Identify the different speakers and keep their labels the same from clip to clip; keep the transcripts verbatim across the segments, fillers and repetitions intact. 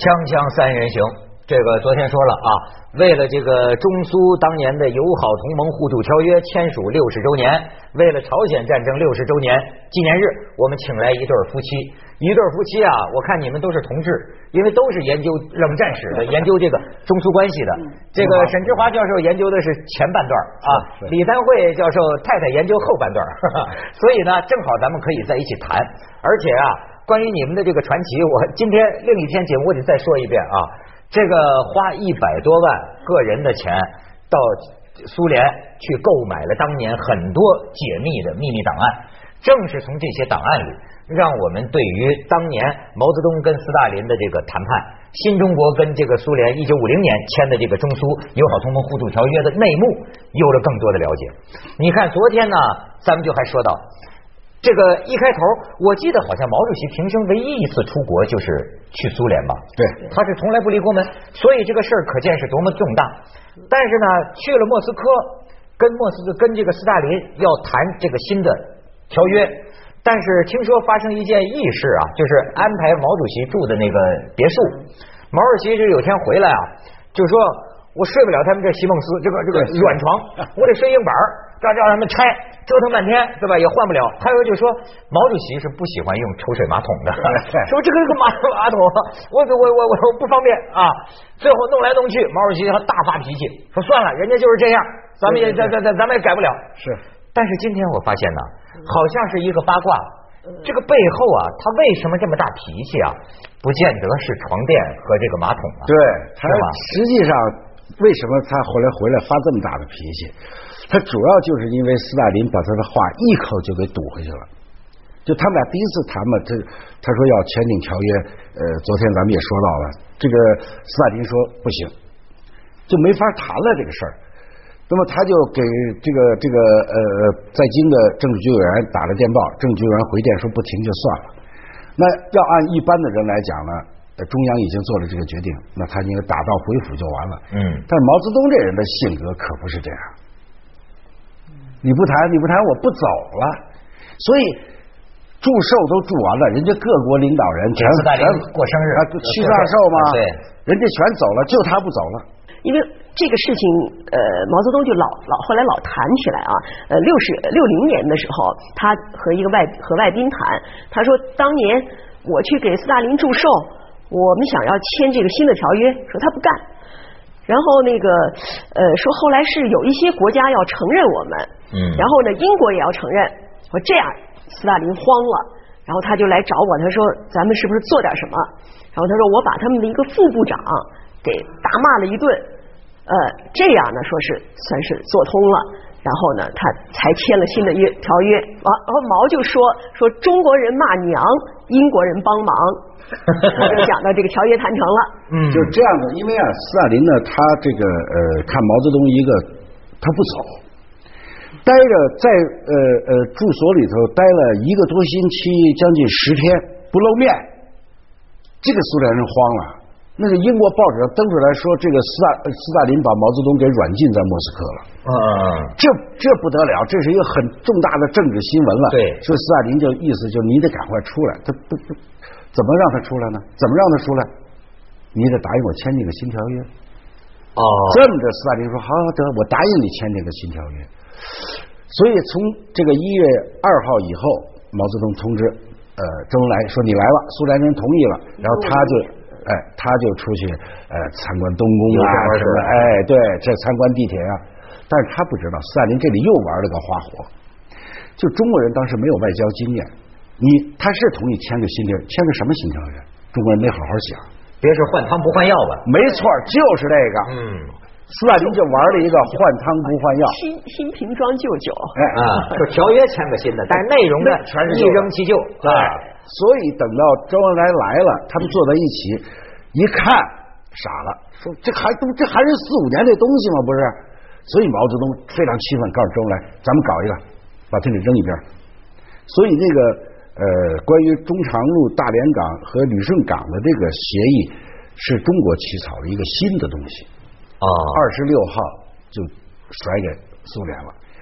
Speaker 1: 锵锵三人行，这个昨天说了啊，为了这个中苏当年的友好同盟互助条约签署六十周年，为了朝鲜战争六十周年纪念日，我们请来一对夫妻。一对夫妻啊，我看你们都是同志，因为都是研究冷战史的，研究这个中苏关系的。这个沈志华教授研究的是前半段啊，李丹慧教授太太研究后半段，所以呢，正好咱们可以在一起谈。而且啊，关于你们的这个传奇，我今天另一天节目我得再说一遍啊。这个花一百多万个人的钱到苏联去购买了当年很多解密的秘密档案，正是从这些档案里，让我们对于当年毛泽东跟斯大林的这个谈判，新中国跟这个苏联一九五零年签的这个中苏友好同盟互助条约的内幕有了更多的了解。你看昨天呢，咱们就还说到这个一开头，我记得好像毛主席平生唯一一次出国就是去苏联吧？
Speaker 2: 对，
Speaker 1: 他是从来不离国门，所以这个事儿可见是多么重大。但是呢，去了莫斯科，跟莫斯科跟这个斯大林要谈这个新的条约，但是听说发生一件异事啊，就是安排毛主席住的那个别墅，毛主席是有天回来啊，就说我睡不了他们这席梦思这个这个软床，我得睡硬板，这叫他们拆。折腾半天，对吧？也换不了。还有就是说，毛主席是不喜欢用抽水马桶的，说这个这个马马桶，我我我我我不方便啊。最后弄来弄去，毛主席他大发脾气，说算了，人家就是这样，咱们也咱咱咱咱们也改不了。
Speaker 2: 是，
Speaker 1: 但是今天我发现呢，好像是一个八卦，这个背后啊，他为什么这么大脾气啊？不见得是床垫和这个马桶啊。
Speaker 2: 对，他实际上为什么他回来回来发这么大的脾气？他主要就是因为斯大林把他的话一口就给堵回去了，就他们俩第一次谈嘛，这他说要签订条约，呃，昨天咱们也说到了，这个斯大林说不行，就没法谈了这个事儿。那么他就给这个这个呃在京的政治局委员打了电报，政治局委员回电说不停就算了。那要按一般的人来讲呢，中央已经做了这个决定，那他应该打道回府就完了。嗯，但毛泽东这人的性格可不是这样。你不谈，你不谈，我不走了。所以祝寿都祝完了，人家各国领导人全
Speaker 1: 全过生日
Speaker 2: 啊，去大寿嘛，对，人家全走了，就他不走了。
Speaker 3: 因为这个事情，呃，毛泽东就老老后来老谈起来啊。呃，六十六零年的时候，他和一个外和外宾谈，他说当年我去给斯大林祝寿，我们想要签这个新的条约，说他不干。然后那个呃说后来是有一些国家要承认我们，嗯，然后呢英国也要承认，说这样斯大林慌了，然后他就来找我，他说咱们是不是做点什么？然后他说我把他们的一个副部长给大骂了一顿，呃这样呢说是算是做通了，然后呢他才签了新的约条约。然后毛就说说中国人骂娘，英国人帮忙。我就讲到这个条约谈成了，
Speaker 2: 嗯，就这样的。因为啊，斯大林呢，他这个呃，看毛泽东一个，他不走，待着在呃呃住所里头待了一个多星期，将近十天不露面，这个苏联人慌了。那个英国报纸上登出来说，这个斯大斯大林把毛泽东给软禁在莫斯科了。嗯，这这不得了，这是一个很重大的政治新闻了。
Speaker 1: 对，
Speaker 2: 所以斯大林就意思就是你得赶快出来，他不不。怎么让他出来呢？怎么让他出来？你得答应我签订个新条约。
Speaker 1: 哦，
Speaker 2: 这么着，斯大林说好得，我答应你签订个新条约。所以从这个一月二号以后，毛泽东通知呃周恩来说你来了，苏联人同意了，然后他就哎他就出去呃参观东宫啊什么，哎对，这参观地铁啊。但是他不知道，斯大林这里又玩了个花活，就中国人当时没有外交经验。你他是同意签个新条约，签个什么新条约？中国人没好好想，
Speaker 1: 别是换汤不换药吧？
Speaker 2: 没错，就是这个。嗯，斯大林就玩了一个换汤不换药，
Speaker 3: 新新瓶装旧酒。
Speaker 2: 哎
Speaker 1: 啊，就条约签个新的，但是内容呢全是一扔其旧。
Speaker 2: 对，所以等到周恩来来了，他们坐在一起一看傻了，说这还都这还是四五年的东西吗？不是。所以毛泽东非常气愤，告诉周恩来，咱们搞一个，把这里扔一边。所以那个。呃，关于中长路大连港和旅顺港的这个协议，是中国起草的一个新的东西。啊，二十六号就甩给苏联了。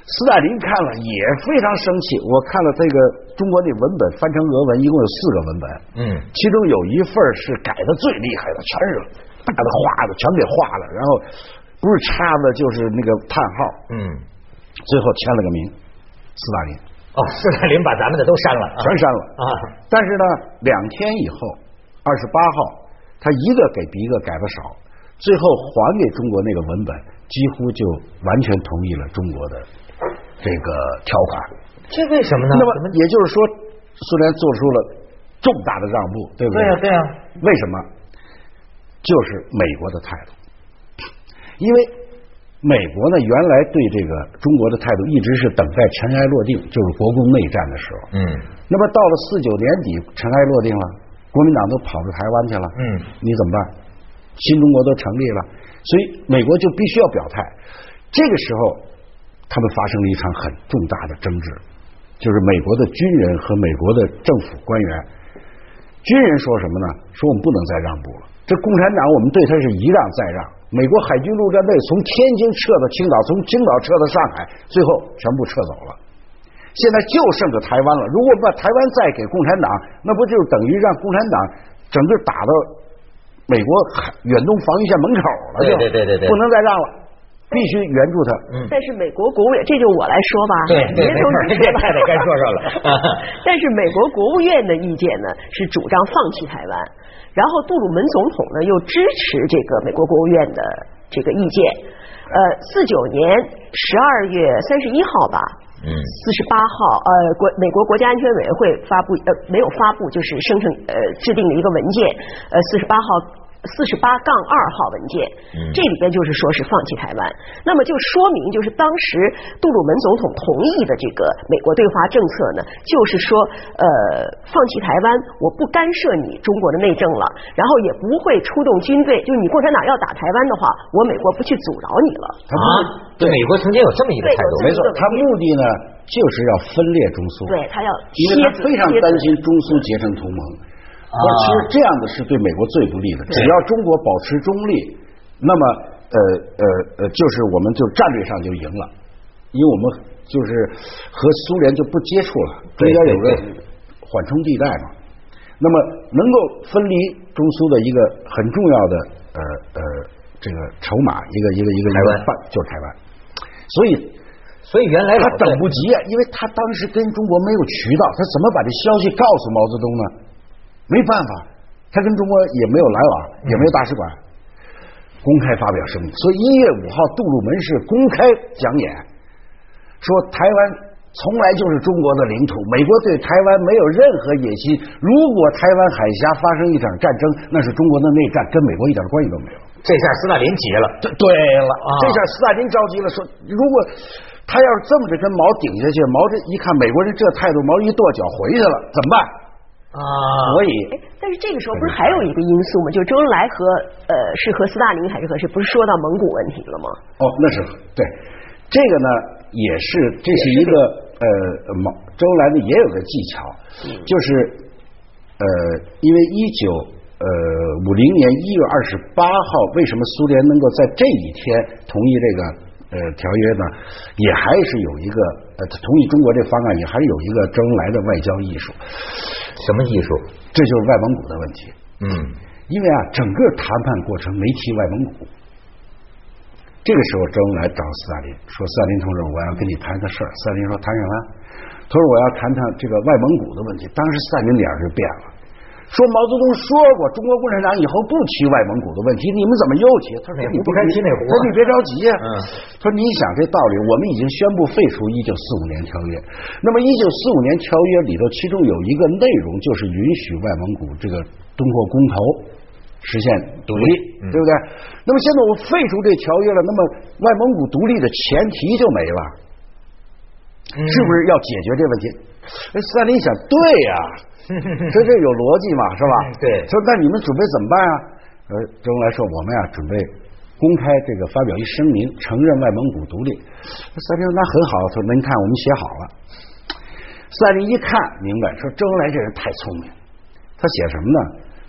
Speaker 2: 斯大林看了也非常生气。我看了这个中国的文本翻成俄文，一共有四个文本，嗯，其中有一份是改的最厉害的，全是大的画的，全给画了，然后不是叉子就是那个叹号，嗯，最后签了个名，斯大林。
Speaker 1: 哦，斯大林把咱们的都删了，
Speaker 2: 全删了啊！但是呢，两天以后，二十八号，他一个给比一个改的少，最后还给中国那个文本，几乎就完全同意了中国的这个条款。
Speaker 1: 这为什么呢？
Speaker 2: 那么也就是说，苏联做出了重大的让步，对不对？
Speaker 1: 对呀，对呀。
Speaker 2: 为什么？就是美国的态度，因为美国呢，原来对这个中国的态度一直是等待尘埃落定，就是国共内战的时候。嗯。那么到了四九年底，尘埃落定了，国民党都跑到台湾去了。嗯。你怎么办？新中国都成立了，所以美国就必须要表态。这个时候，他们发生了一场很重大的争执，就是美国的军人和美国的政府官员。军人说什么呢？说我们不能再让步了。这共产党我们对他是一让再让。美国海军陆战队从天津撤到青岛，从青岛撤到上海，最后全部撤走了。现在就剩着台湾了。如果把台湾再给共产党，那不就等于让共产党整个打到美国远东防御线门口了？
Speaker 1: 对对对对对，
Speaker 2: 不能再让了，必须援助他。
Speaker 3: 嗯。但是美国国务院，这就我来说吧。
Speaker 1: 对对，没错，这太得该说说了。
Speaker 3: 但是美国国务院的意见呢，是主张放弃台湾。然后杜鲁门总统呢又支持这个美国国务院的这个意见，呃，四九年十二月三十一号吧，嗯，四十八号，呃，国美国国家安全委员会发布，呃，没有发布，就是生成呃制定的一个文件，呃，四十八号。四十八杠二号文件，这里边就是说是放弃台湾，那么就说明就是当时杜鲁门总统同意的这个美国对华政策呢，就是说呃放弃台湾，我不干涉你中国的内政了，然后也不会出动军队，就是你共产党要打台湾的话，我美国不去阻挠你了
Speaker 1: 啊。对，美国曾经有这么一个态度，
Speaker 2: 没错，他目的呢就是要分裂中苏，
Speaker 3: 对他要，
Speaker 2: 因为他非常担心中苏结成同盟。其实这样的是对美国最不利的。只要中国保持中立，那么呃呃呃，就是我们就战略上就赢了，因为我们就是和苏联就不接触了，中间有个缓冲地带嘛。那么能够分离中苏的一个很重要的呃呃这个筹码，一个一个一个
Speaker 1: 台湾
Speaker 2: 就是台湾。所以
Speaker 1: 所以原来
Speaker 2: 他等不及啊，因为他当时跟中国没有渠道，他怎么把这消息告诉毛泽东呢？没办法，他跟中国也没有来往，也没有大使馆，公开发表声明。所以一月五号，杜鲁门是公开讲演，说台湾从来就是中国的领土，美国对台湾没有任何野心。如果台湾海峡发生一场战争，那是中国的内战，跟美国一点关系都没有。
Speaker 1: 这下斯大林急了，
Speaker 2: 对对了，啊、这下斯大林着急了，说如果他要是这么着跟毛顶下去，毛这一看美国人这态度，毛一跺脚回去了，怎么办？啊，所以，
Speaker 3: 但是这个时候不是还有一个因素吗？就是周恩来和呃是和斯大林还是和谁？不是说到蒙古问题了吗？
Speaker 2: 哦，那是对，这个呢也是，这是一个呃毛周恩来呢也有个技巧，嗯、就是呃因为一九呃五零年一月二十八号，为什么苏联能够在这一天同意这个呃条约呢？也还是有一个呃同意中国这方案，也还是有一个周恩来的外交艺术。
Speaker 1: 什么艺术？
Speaker 2: 这就是外蒙古的问题。嗯，因为啊，整个谈判过程没提外蒙古。这个时候，周恩来找斯大林说：“斯大林同志，我要跟你谈个事儿。”斯大林说：“谈什么？”他说：“我要谈谈这个外蒙古的问题。”当时斯大林脸就变了，说毛泽东说过，中国共产党以后不提外蒙古的问题，你们怎么又提？他说：“你
Speaker 1: 不该提那壶。”
Speaker 2: 他说：“你别着急呀、啊。嗯”他说：“你想这道理，我们已经宣布废除一九四五年条约。那么一九四五年条约里头，其中有一个内容就是允许外蒙古这个通过公投实现独立，嗯、对不对？那么现在我废除这条约了，那么外蒙古独立的前提就没了，嗯、是不是要解决这问题？”哎，斯大林想，对呀、啊。这这有逻辑嘛，是吧？
Speaker 1: 对。
Speaker 2: 说那你们准备怎么办啊？呃，周恩来说我们呀准备公开这个发表一声明，承认外蒙古独立。斯大林说那很好，说那你看我们写好了。斯大林一看明白，说周恩来这人太聪明，他写什么呢？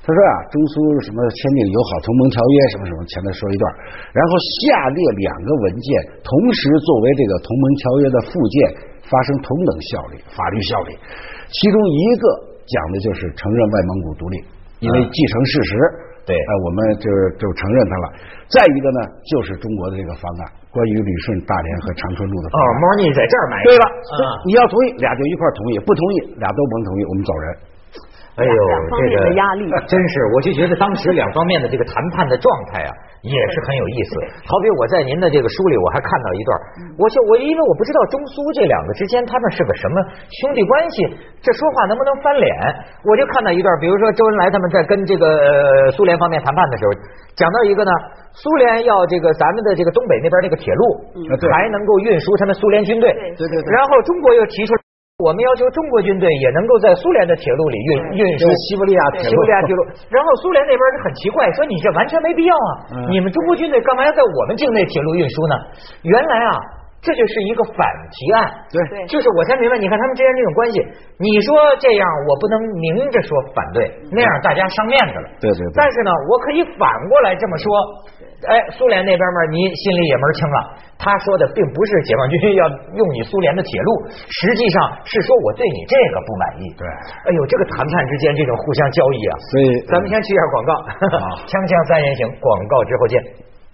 Speaker 2: 他说啊，中苏什么签订友好同盟条约什么什么，前面说一段，然后下列两个文件同时作为这个同盟条约的附件，发生同等效力、法律效力。其中一个讲的就是承认外蒙古独立，因为继承事实，
Speaker 1: 对，
Speaker 2: 呃，我们就就承认它了。再一个呢，就是中国的这个方案，关于旅顺、大连和长春路的方案。
Speaker 1: 哦，猫腻在这儿买。
Speaker 2: 对了，
Speaker 1: 啊，
Speaker 2: 你要同意，俩就一块同意；不同意，俩都甭同意，我们走人。
Speaker 1: 哎呦，
Speaker 3: 方面的压力
Speaker 1: 真是，我就觉得当时两方面的这个谈判的状态啊，也是很有意思。好比我在您的这个书里，我还看到一段，我就我因为我不知道中苏这两个之间他们是个什么兄弟关系，这说话能不能翻脸？我就看到一段，比如说周恩来他们在跟这个呃苏联方面谈判的时候，讲到一个呢，苏联要这个咱们的这个东北那边那个铁路，还能够运输他们苏联军队，
Speaker 2: 对对对，
Speaker 1: 然后中国又提出。我们要求中国军队也能够在苏联的铁路里运运输
Speaker 2: 西伯利亚铁路，
Speaker 1: 西伯利亚铁路。然后苏联那边就很奇怪，说你这完全没必要啊！嗯、你们中国军队干嘛要在我们境内铁路运输呢？原来啊，这就是一个反提案。
Speaker 2: 对，
Speaker 1: 就是我才明白，你看他们之间这种关系，你说这样我不能明着说反对，那样大家伤面子了。
Speaker 2: 对对对。
Speaker 1: 但是呢，我可以反过来这么说。哎，苏联那边嘛，你心里也门清了。他说的并不是解放军要用你苏联的铁路，实际上是说我对你这个不满意。
Speaker 2: 对，
Speaker 1: 哎呦，这个谈判之间这种互相交易啊，
Speaker 2: 所以
Speaker 1: 咱们先去一下广告，锵锵三人行，广告之后见。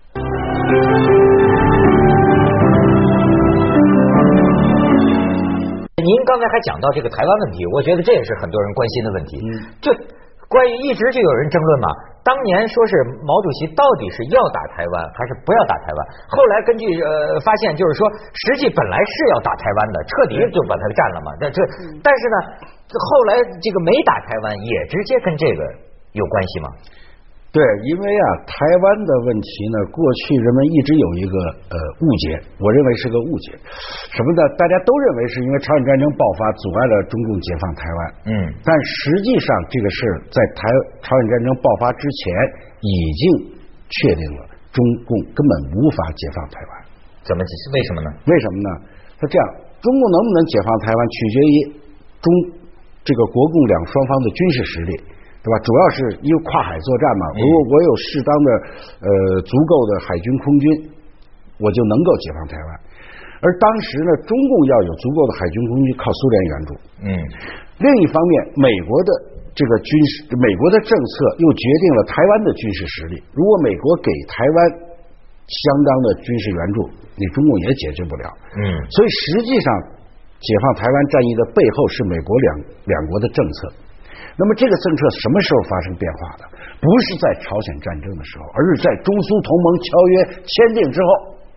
Speaker 1: 您刚才还讲到这个台湾问题，我觉得这也是很多人关心的问题。嗯，就关于一直就有人争论嘛，当年说是毛主席到底是要打台湾还是不要打台湾？后来根据呃发现，就是说实际本来是要打台湾的，彻底就把它占了嘛。那这但是呢，后来这个没打台湾也直接跟这个有关系吗？
Speaker 2: 对，因为啊，台湾的问题呢，过去人们一直有一个呃误解，我认为是个误解，什么呢？大家都认为是因为朝鲜战争爆发阻碍了中共解放台湾，嗯，但实际上这个事在台朝鲜战争爆发之前已经确定了，中共根本无法解放台湾。
Speaker 1: 怎么？为什么呢？
Speaker 2: 为什么呢？他这样，中共能不能解放台湾，取决于中这个国共两双方的军事实力。对吧？主要是因为跨海作战嘛，如果我有适当的呃足够的海军空军，我就能够解放台湾。而当时呢，中共要有足够的海军空军，靠苏联援助。嗯。另一方面，美国的这个军事，美国的政策又决定了台湾的军事实力。如果美国给台湾相当的军事援助，你中共也解决不了。嗯。所以实际上，解放台湾战役的背后是美国两两国的政策。那么这个政策什么时候发生变化的？不是在朝鲜战争的时候，而是在中苏同盟条约签订之后。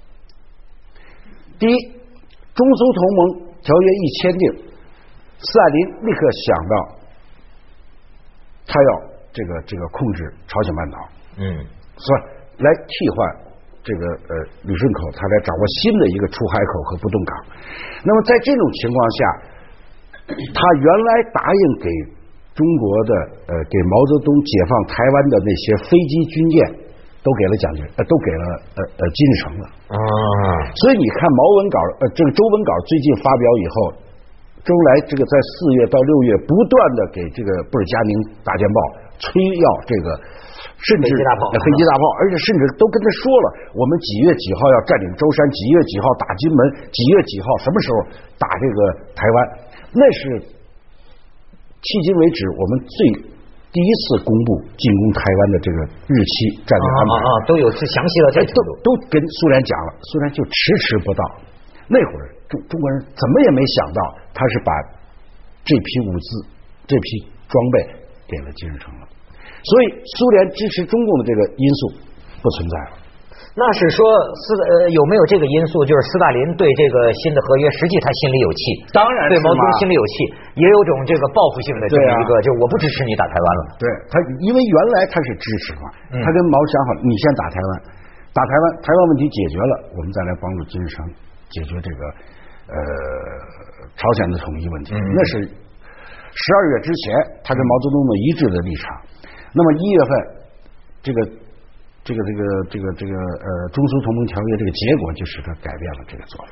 Speaker 2: 第一，中苏同盟条约一签订，斯大林立刻想到他要这个这个控制朝鲜半岛，嗯，是吧？来替换这个呃旅顺口，他来掌握新的一个出海口和不动港。那么在这种情况下，他原来答应给中国的呃给毛泽东解放台湾的那些飞机军舰都给了蒋介呃都给了呃呃金日成了啊，所以你看毛文稿呃这个周文稿最近发表以后，周恩来这个在四月到六月不断的给这个布尔加宁打电报催要这个甚至
Speaker 1: 飞机大炮
Speaker 2: 飞机大炮，而且甚至都跟他说了，我们几月几号要占领舟山，几月几号打金门，几月几号什么时候打这个台湾，那是迄今为止，我们最第一次公布进攻台湾的这个日期战略安排
Speaker 1: 啊啊，都有详细的，
Speaker 2: 都都跟苏联讲了，苏联就迟迟不到。那会儿中中国人怎么也没想到，他是把这批物资、这批装备给了金日成了，所以苏联支持中共的这个因素不存在了。
Speaker 1: 那是说斯呃有没有这个因素？就是斯大林对这个新的合约，实际他心里有气，
Speaker 2: 当然
Speaker 1: 对毛泽东心里有气，也有种这个报复性的这么一个，啊、就我不支持你打台湾了。
Speaker 2: 对他，因为原来他是支持嘛，嗯、他跟毛想好，你先打台湾，打台湾，台湾问题解决了，我们再来帮助金日成解决这个呃朝鲜的统一问题。嗯、那是十二月之前，他跟毛泽东的一致的立场。那么一月份，这个。这个这个这个这个呃中苏同盟条约这个结果就使他改变了这个做法。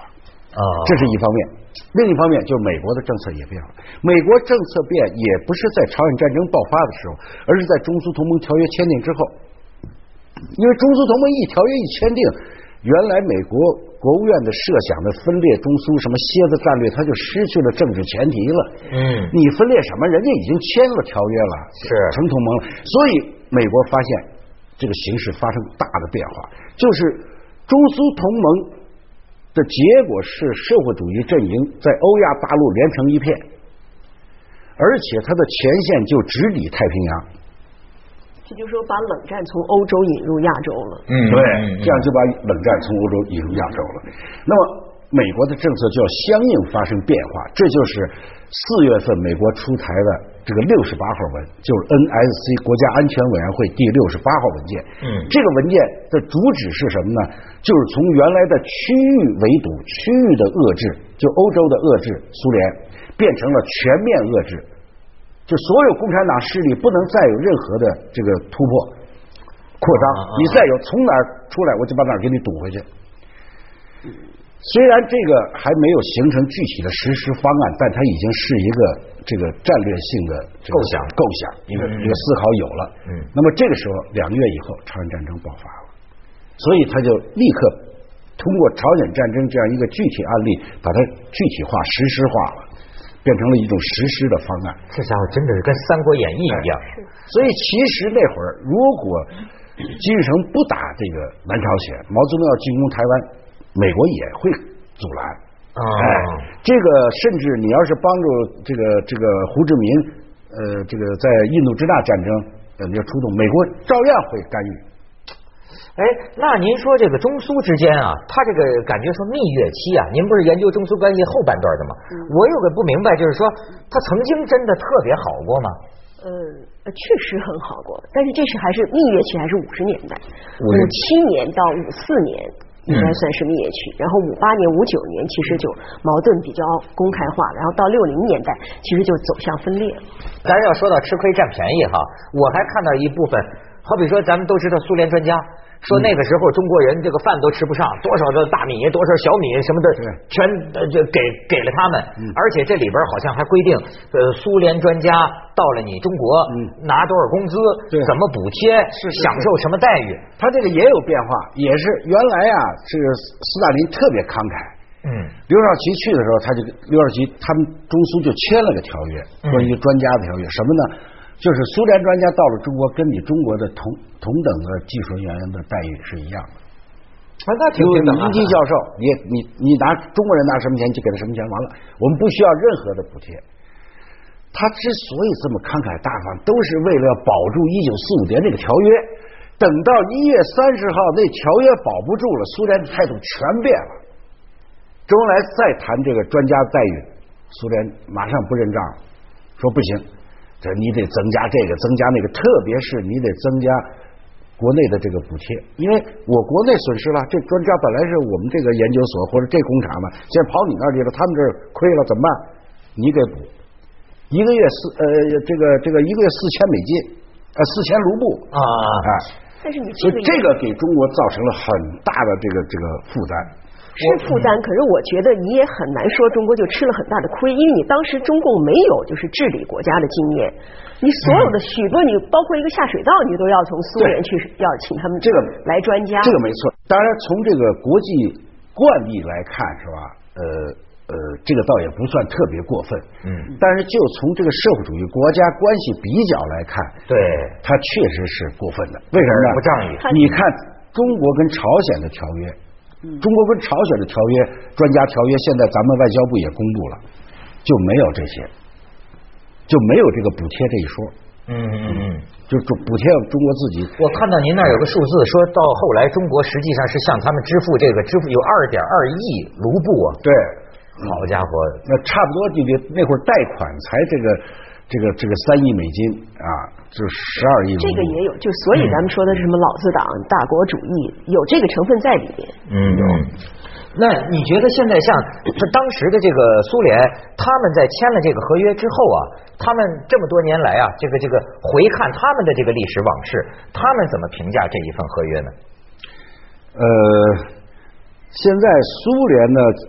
Speaker 2: 啊，这是一方面。另一方面就是美国的政策也变了，美国政策变也不是在朝鲜战争爆发的时候，而是在中苏同盟条约签订之后。因为中苏同盟一条约一签订，原来美国国务院的设想的分裂中苏什么蝎子战略，它就失去了政治前提了。嗯，你分裂什么？人家已经签了条约了，
Speaker 1: 是
Speaker 2: 成同盟了。所以美国发现这个形势发生大的变化，就是中苏同盟的结果是社会主义阵营在欧亚大陆连成一片，而且它的前线就直抵太平洋。
Speaker 3: 这就是说把冷战从欧洲引入亚洲了。
Speaker 2: 嗯，对，这样就把冷战从欧洲引入亚洲了。那么美国的政策就要相应发生变化，这就是四月份美国出台的这个六十八号文，就是 N S C 国家安全委员会第六十八号文件。嗯，这个文件的主旨是什么呢？就是从原来的区域围堵、区域的遏制，就欧洲的遏制苏联，变成了全面遏制。就所有共产党势力不能再有任何的这个突破扩张，你再有从哪儿出来我就把哪儿给你堵回去。虽然这个还没有形成具体的实施方案，但它已经是一个这个战略性的
Speaker 1: 构想
Speaker 2: 构想一个一个思考有了。嗯，那么这个时候两个月以后朝鲜战争爆发了，所以他就立刻通过朝鲜战争这样一个具体案例把它具体化实施化了，变成了一种实施的方案。
Speaker 1: 这家伙真的是跟《三国演义》一样。
Speaker 2: 所以其实那会儿，如果金日成不打这个南朝鲜，毛泽东要进攻台湾，美国也会阻拦。
Speaker 1: 哦、
Speaker 2: 哎，这个甚至你要是帮助这个这个胡志明，呃，这个在印度支那战争呃要出动，美国照样会干预。
Speaker 1: 哎，那您说这个中苏之间啊，他这个感觉说蜜月期啊，您不是研究中苏关系后半段的吗？嗯、我有个不明白，就是说他曾经真的特别好过吗？
Speaker 3: 呃，确实很好过，但是这是还是蜜月期，还是五十年代，五七年到五四年应该算是蜜月期，嗯、然后五八年、五九年其实就矛盾比较公开化，然后到六零年代其实就走向分裂。
Speaker 1: 咱要说到吃亏占便宜哈，我还看到一部分，好比说咱们都知道苏联专家。说那个时候中国人这个饭都吃不上，多少的大米多少小米什么的全就给给了他们，而且这里边好像还规定呃苏联专家到了你中国拿多少工资，怎么补贴，享受什么待遇。
Speaker 2: 他这个也有变化，也是原来啊这个斯大林特别慷慨，嗯，刘少奇去的时候他就刘少奇他们中苏就签了个条约，关于专家的条约，什么呢？就是苏联专家到了中国，跟你中国的同同等的技术人员的待遇是一样的。
Speaker 1: 啊，那挺平等。
Speaker 2: 一级教授，你你你拿中国人拿什么钱就给他什么钱，完了，我们不需要任何的补贴。他之所以这么慷慨大方，都是为了要保住一九四五年这个条约。等到一月三十号那条约保不住了，苏联的态度全变了。周恩来再谈这个专家待遇，苏联马上不认账，说不行。这你得增加这个增加那个，特别是你得增加国内的这个补贴，因为我国内损失了，这专家本来是我们这个研究所或者这工厂的，现在跑你那儿去了，他们这儿亏了怎么办？你给补，一个月四呃这个这个一个月四千美金，呃四千卢布啊啊！
Speaker 3: 但是你
Speaker 2: 这个这个给中国造成了很大的这个这个负担。
Speaker 3: 是负担，可是我觉得你也很难说中国就吃了很大的亏，因为你当时中共没有就是治理国家的经验，你所有的许多你包括一个下水道，你都要从苏联去要请他们
Speaker 2: 这个
Speaker 3: 来专家，
Speaker 2: 这个没错。当然从这个国际惯例来看，是吧？呃呃，这个倒也不算特别过分，嗯。但是就从这个社会主义国家关系比较来看，
Speaker 1: 对，
Speaker 2: 它确实是过分的。为什么呢？
Speaker 1: 不仗义。
Speaker 2: 你看中国跟朝鲜的条约。中国跟朝鲜的条约、专家条约，现在咱们外交部也公布了，就没有这些，就没有这个补贴这一说。嗯嗯嗯，就补贴中国自己。
Speaker 1: 我看到您那儿有个数字，说到后来中国实际上是向他们支付这个支付有二点二亿卢布啊。
Speaker 2: 对，
Speaker 1: 好家伙，
Speaker 2: 那差不多就那会儿贷款才这个。这个这个三亿美金啊，就十二亿。
Speaker 3: 这个也有，就所以咱们说的是什么老字党、大国主义，有这个成分在里面。嗯，有。
Speaker 1: 那你觉得现在像当时的这个苏联，他们在签了这个合约之后啊，他们这么多年来啊，这个这个回看他们的这个历史往事，他们怎么评价这一份合约呢？
Speaker 2: 呃，现在苏联呢，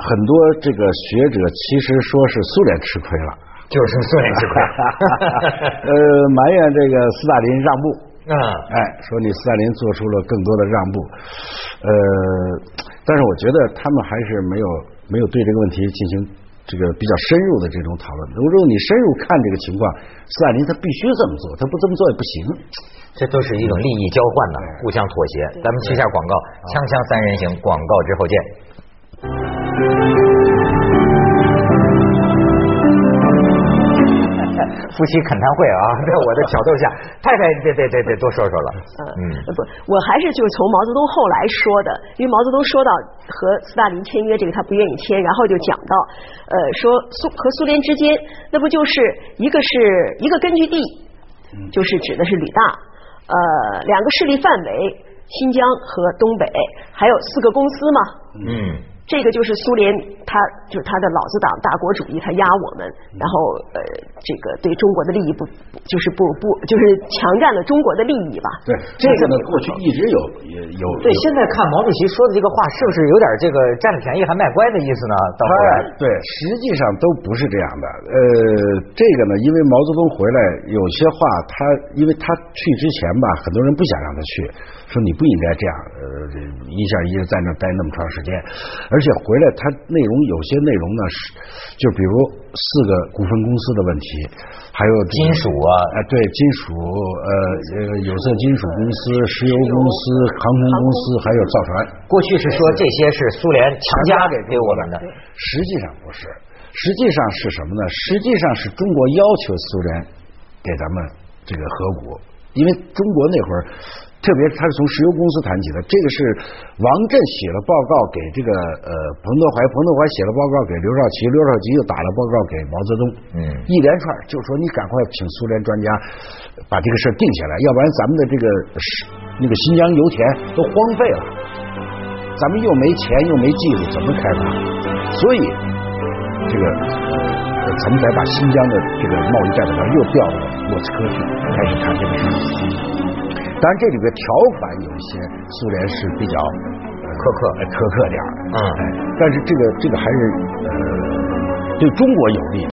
Speaker 2: 很多这个学者其实说是苏联吃亏了，
Speaker 1: 就是苏联吃亏，
Speaker 2: 呃，埋怨这个斯大林让步，
Speaker 1: 嗯，
Speaker 2: 哎，说你斯大林做出了更多的让步，呃，但是我觉得他们还是没有没有对这个问题进行这个比较深入的这种讨论。如果你深入看这个情况，斯大林他必须这么做，他不这么做也不行。
Speaker 1: 这都是一种利益交换呢，互相妥协。咱们去下广告，锵锵三人行，广告之后见。夫妻恳谈会啊，在我的挑逗下，太太得得得得多说说了。
Speaker 3: 嗯，不，我还是就是从毛泽东后来说的，因为毛泽东说到和斯大林签约这个他不愿意签，然后就讲到，呃，说苏和苏联之间，那不就是一个是一个根据地，就是指的是旅大，呃，两个势力范围，新疆和东北，还有四个公司嘛。嗯。这个就是苏联，他就是他的老子党大国主义，他压我们，然后呃，这个对中国的利益不就是不不就是强占了中国的利益吧？
Speaker 2: 对，这个呢，过去一直有有。
Speaker 1: 对，现在看毛主席说的这个话，是不是有点这个占便宜还卖乖的意思呢？到后来，
Speaker 2: 对，实际上都不是这样的。呃，这个呢，因为毛泽东回来，有些话他，因为他去之前吧，很多人不想让他去，说你不应该这样，呃，一下一直在那待那么长时间。而且回来，它内容有些内容呢是，就比如四个股份公司的问题，还有
Speaker 1: 金属啊，
Speaker 2: 哎、呃，对，金属，呃，呃，有色金属公司、石油公司、航空公司，还有造船。
Speaker 1: 过去是说这些是苏联强加给给我们的，
Speaker 2: 实际上不是，实际上是什么呢？实际上是中国要求苏联给咱们这个合股，因为中国那会儿。特别他是从石油公司谈起的，这个是王震写了报告给这个呃彭德怀，彭德怀写了报告给刘少奇，刘少奇又打了报告给毛泽东，嗯，一连串就说你赶快请苏联专家把这个事定下来，要不然咱们的这个那个新疆油田都荒废了，咱们又没钱又没技术，怎么开发？所以这个呃咱们才把新疆的这个贸易代表团又调到莫斯科去，开始谈这个事儿。当然，这里边条款有一些苏联是比较
Speaker 1: 苛刻、
Speaker 2: 苛刻点儿，
Speaker 1: 嗯，
Speaker 2: 但是这个这个还是呃对中国有利。